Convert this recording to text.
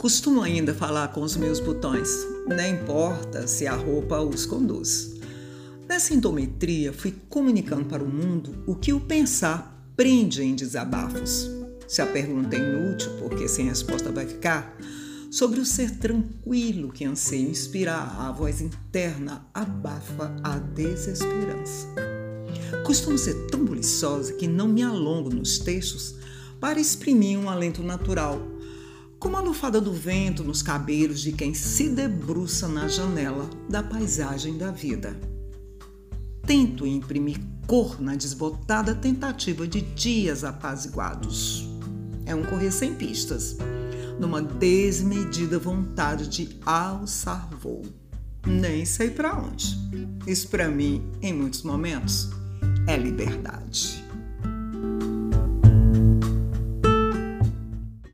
Costumo ainda falar com os meus botões, não importa se a roupa os conduz. Nessa endometria, fui comunicando para o mundo o que o pensar prende em desabafos. Se a pergunta é inútil, porque sem resposta vai ficar, sobre o ser tranquilo que anseio inspirar, a voz interna abafa a desesperança. Costumo ser tão buliçosa que não me alongo nos textos para exprimir um alento natural, como a lufada do vento nos cabelos de quem se debruça na janela da paisagem da vida. Tento imprimir cor na desbotada tentativa de dias apaziguados. É um correr sem pistas, numa desmedida vontade de alçar voo. Nem sei para onde. Isso para mim, em muitos momentos, é liberdade.